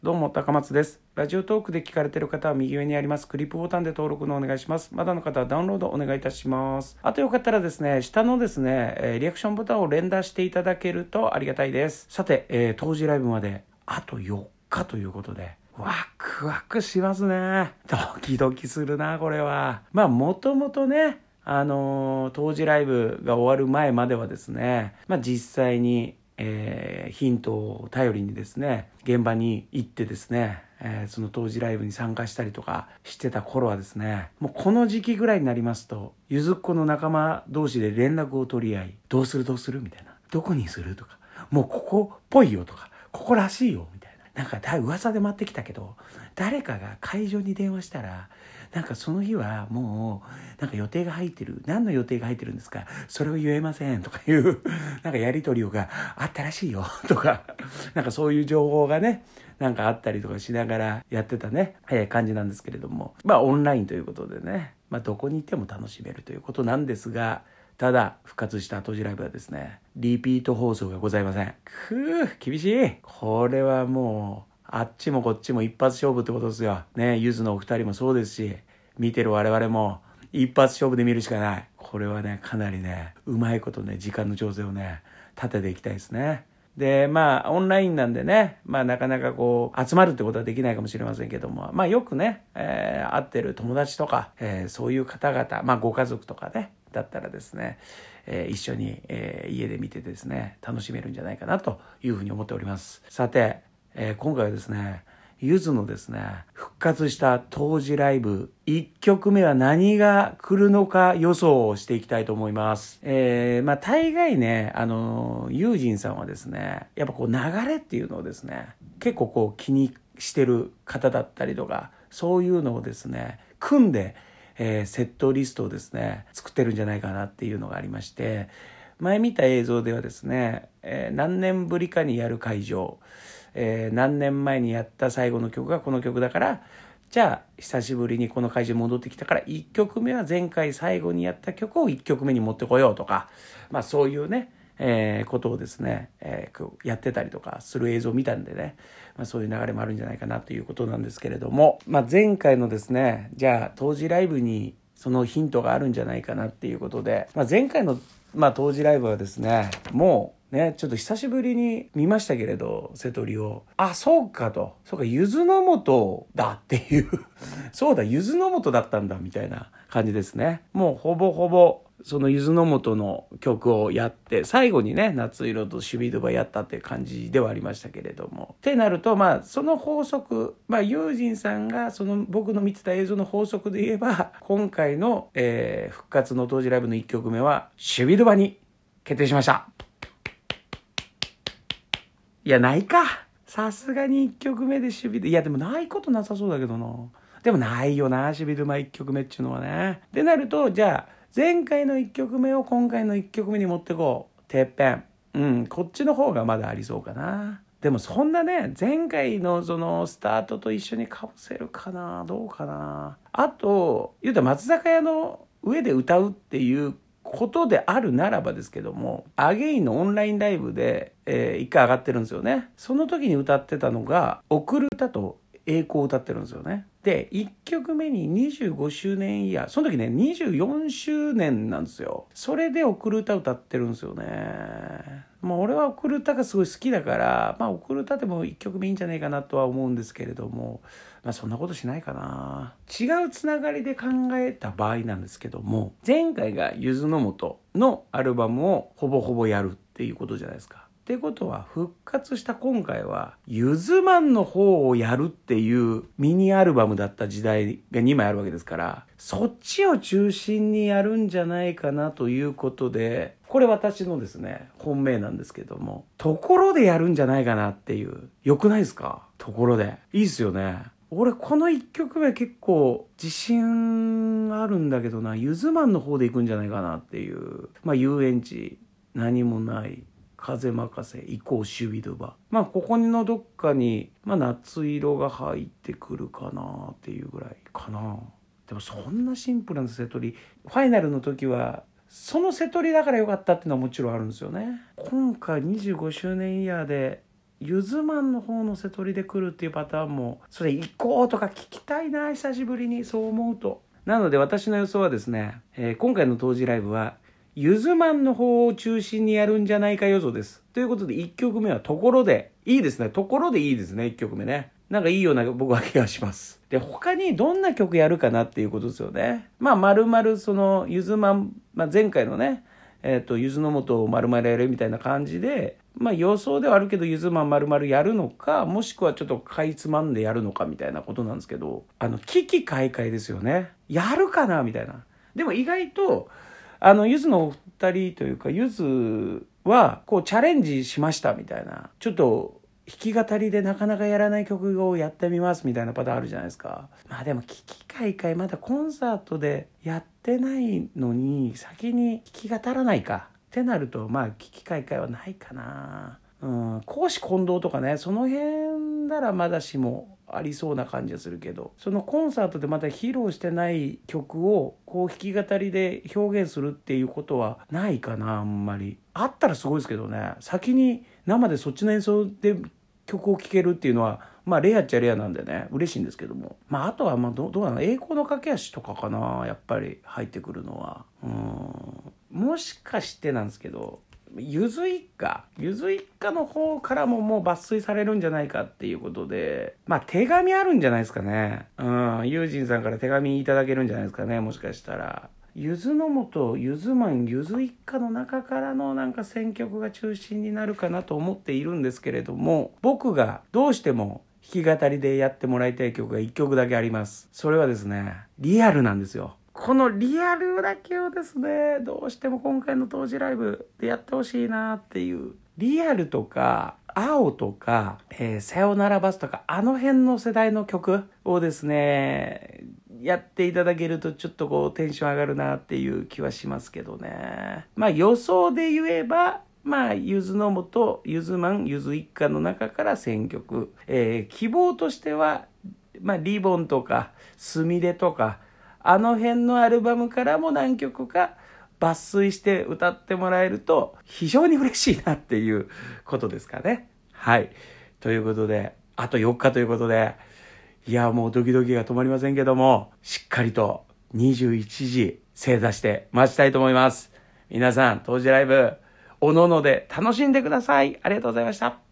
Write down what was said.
どうも高松です。ラジオトークで聞かれている方は右上にありますクリップボタンで登録のお願いします。まだの方はダウンロードお願いいたします。あとよかったらですね、下のですね、リアクションボタンを連打していただけるとありがたいです。さて、当時ライブまであと4日ということで、ワクワクしますね。ドキドキするな、これは。もともとね、当時ライブが終わる前まではですね、実際にヒントを頼りにですね現場に行ってですね、その当時ライブに参加したりとかしてた頃はですね、もうこの時期ぐらいになりますとゆずっこの仲間同士で連絡を取り合い、どうするみたいな、どこにするとか、もうここっぽいよとか、ここらしいよみたいな、なんか噂で回ってきたけど、誰かが会場に電話したら、なんかその日はもうなんか予定が入ってる、何の予定が入ってるんですか、それを言えませんとかいうなんかやり取りがあったらしいよとか、なんかそういう情報がねなんかあったりとかしながらやってたね、感じなんですけれども、オンラインということでね、どこにいても楽しめるということなんですが、ただ復活した当時ライブはですね、リピート放送がございません。厳しい。これはもうあっちもこっちも一発勝負ってことですよね。ゆずのお二人もそうですし、見てる我々も一発勝負で見るしかない。これはね、かなりね、うまいことね、時間の調整をね立てていきたいですね。でオンラインなんでね、なかなかこう集まるってことはできないかもしれませんけども、よくね、会ってる友達とか、そういう方々、ご家族とかねだったらですね、一緒に、家で見てですね楽しめるんじゃないかなというふうに思っております。さて、今回はですね、ゆずのですね復活した当時ライブ1曲目は何が来るのか予想をしていきたいと思います。大概ね、ユージンさんはですね、やっぱこう流れっていうのをですね結構こう気にしてる方だったりとか、そういうのをですね組んで、セットリストをですね作ってるんじゃないかなっていうのがありまして、前見た映像ではですね、何年ぶりかにやる会場、何年前にやった最後の曲がこの曲だから、じゃあ久しぶりにこの会場に戻ってきたから1曲目は前回最後にやった曲を1曲目に持ってこようとか、そういうね、ことをですね、やってたりとかする映像を見たんでね、そういう流れもあるんじゃないかなということなんですけれども、前回のですね、じゃあ当時ライブにそのヒントがあるんじゃないかなっていうことで、前回の当時ライブはですね、もうね、ちょっと久しぶりに見ましたけれど、瀬戸利を。そうか、ゆずの素だっていう。そうだ、ゆずの素だったんだ、みたいな感じですね。もうほぼほぼ、そのゆずの素の曲をやって、最後にね、夏色とシュビドバやったっていう感じではありましたけれども。ってなると、その法則、ユージンさんが、その僕の見てた映像の法則で言えば、今回の、復活の当時ライブの1曲目は、シュビドバに決定しました。いや、ないか。さすがに1曲目で守備で。いや、でもないことなさそうだけどな。でもないよな、守備で1曲目っていうのはね。ってなると、じゃあ、前回の1曲目を今回の1曲目に持ってこう。てっぺん。こっちの方がまだありそうかな。でもそんなね、前回のそのスタートと一緒に被せるかな、どうかな。あと、言うたら松坂屋の上で歌うっていうことであるならばですけども、アゲインのオンラインライブで、一回上がってるんですよね。その時に歌ってたのが贈る歌と栄光を歌ってるんですよね。で1曲目に25周年イヤー、その時ね24周年なんですよ。それで贈る歌歌ってるんですよね。俺は贈る歌がすごい好きだから、贈る歌でも1曲目いいんじゃないかなとは思うんですけれども、そんなことしないかな。違うつながりで考えた場合なんですけども、前回がゆずの素のアルバムをほぼほぼやるっていうことじゃないですか。ってことは復活した今回はゆずマンの方をやるっていうミニアルバムだった時代が2枚あるわけですから、そっちを中心にやるんじゃないかなということで、これ私のですね本命なんですけども、ところでやるんじゃないかなっていう。よくないですか？ところでいいっすよね。俺この1曲目結構自信あるんだけどな、ゆずマンの方で行くんじゃないかなっていう。遊園地何もない風任せ以降シュビドバ、ここのどっかに、夏色が入ってくるかなっていうぐらいかな。でもそんなシンプルなセトリ、ファイナルの時はそのセトリだから良かったっていうのはもちろんあるんですよね。今回25周年イヤーでゆずマンの方の瀬取りで来るっていうパターンも、それ行こうとか聞きたいな、久しぶりに、そう思うと。なので私の予想はですね、今回の当時ライブは、ゆずマンの方を中心にやるんじゃないか予想です。ということで1曲目はところで、いいですね。ところでいいですね、1曲目ね。なんかいいような僕は気がします。で、他にどんな曲やるかなっていうことですよね。まあ、丸々その、ゆずマン、前回のね、ゆずの素を丸々やるみたいな感じで、まあ予想ではあるけど、ゆずマン丸々やるのか、もしくはちょっとかいつまんでやるのかみたいなことなんですけど、危機開会ですよね。やるかなみたいな。でも意外と、ゆずのお二人というか、ゆずは、こうチャレンジしましたみたいな。ちょっと、弾き語りでなかなかやらない曲をやってみますみたいなパターンあるじゃないですか。まあでも危機開会まだコンサートでやってないのに先に弾き語らないかってなると、まあ危機開会はないかな。公私混同とかね、その辺ならまだしもありそうな感じがするけど、そのコンサートでまだ披露してない曲をこう弾き語りで表現するっていうことはないかな。あんまりあったらすごいですけどね。先に生でそっちの演奏で曲を聴けるっていうのはまあレアっちゃレアなんでね、嬉しいんですけども、まああとはまあどうなの、栄光の架け橋とかかな、やっぱり入ってくるのは。もしかしてなんですけど、ゆず一家の方からももう抜粋されるんじゃないかっていうことで、まあ手紙あるんじゃないですかね。ユージンさんから手紙いただけるんじゃないですかね、もしかしたら。ゆずの素、ゆずマン、ゆず一家の中からのなんか選曲が中心になるかなと思っているんですけれども、僕がどうしても弾き語りでやってもらいたい曲が1曲だけあります。それはですね、リアルなんですよ。このリアルだけをですね、どうしても今回の当時ライブでやってほしいなっていう。リアルとか、青とか、さよならバスとか、あの辺の世代の曲をですね、やっていただけるとちょっとこうテンション上がるなっていう気はしますけどね。まあ予想で言えば、まあ、ゆずの素、ゆずマン、ゆず一家の中から選曲。希望としては、まあ、リボンとか、すみれとか、あの辺のアルバムからも何曲か抜粋して歌ってもらえると非常に嬉しいなっていうことですかね。はい。ということで、あと4日ということで、いやもうドキドキが止まりませんけども、しっかりと21時正座して待ちたいと思います。皆さん、当時ライブ、おのおので楽しんでください。ありがとうございました。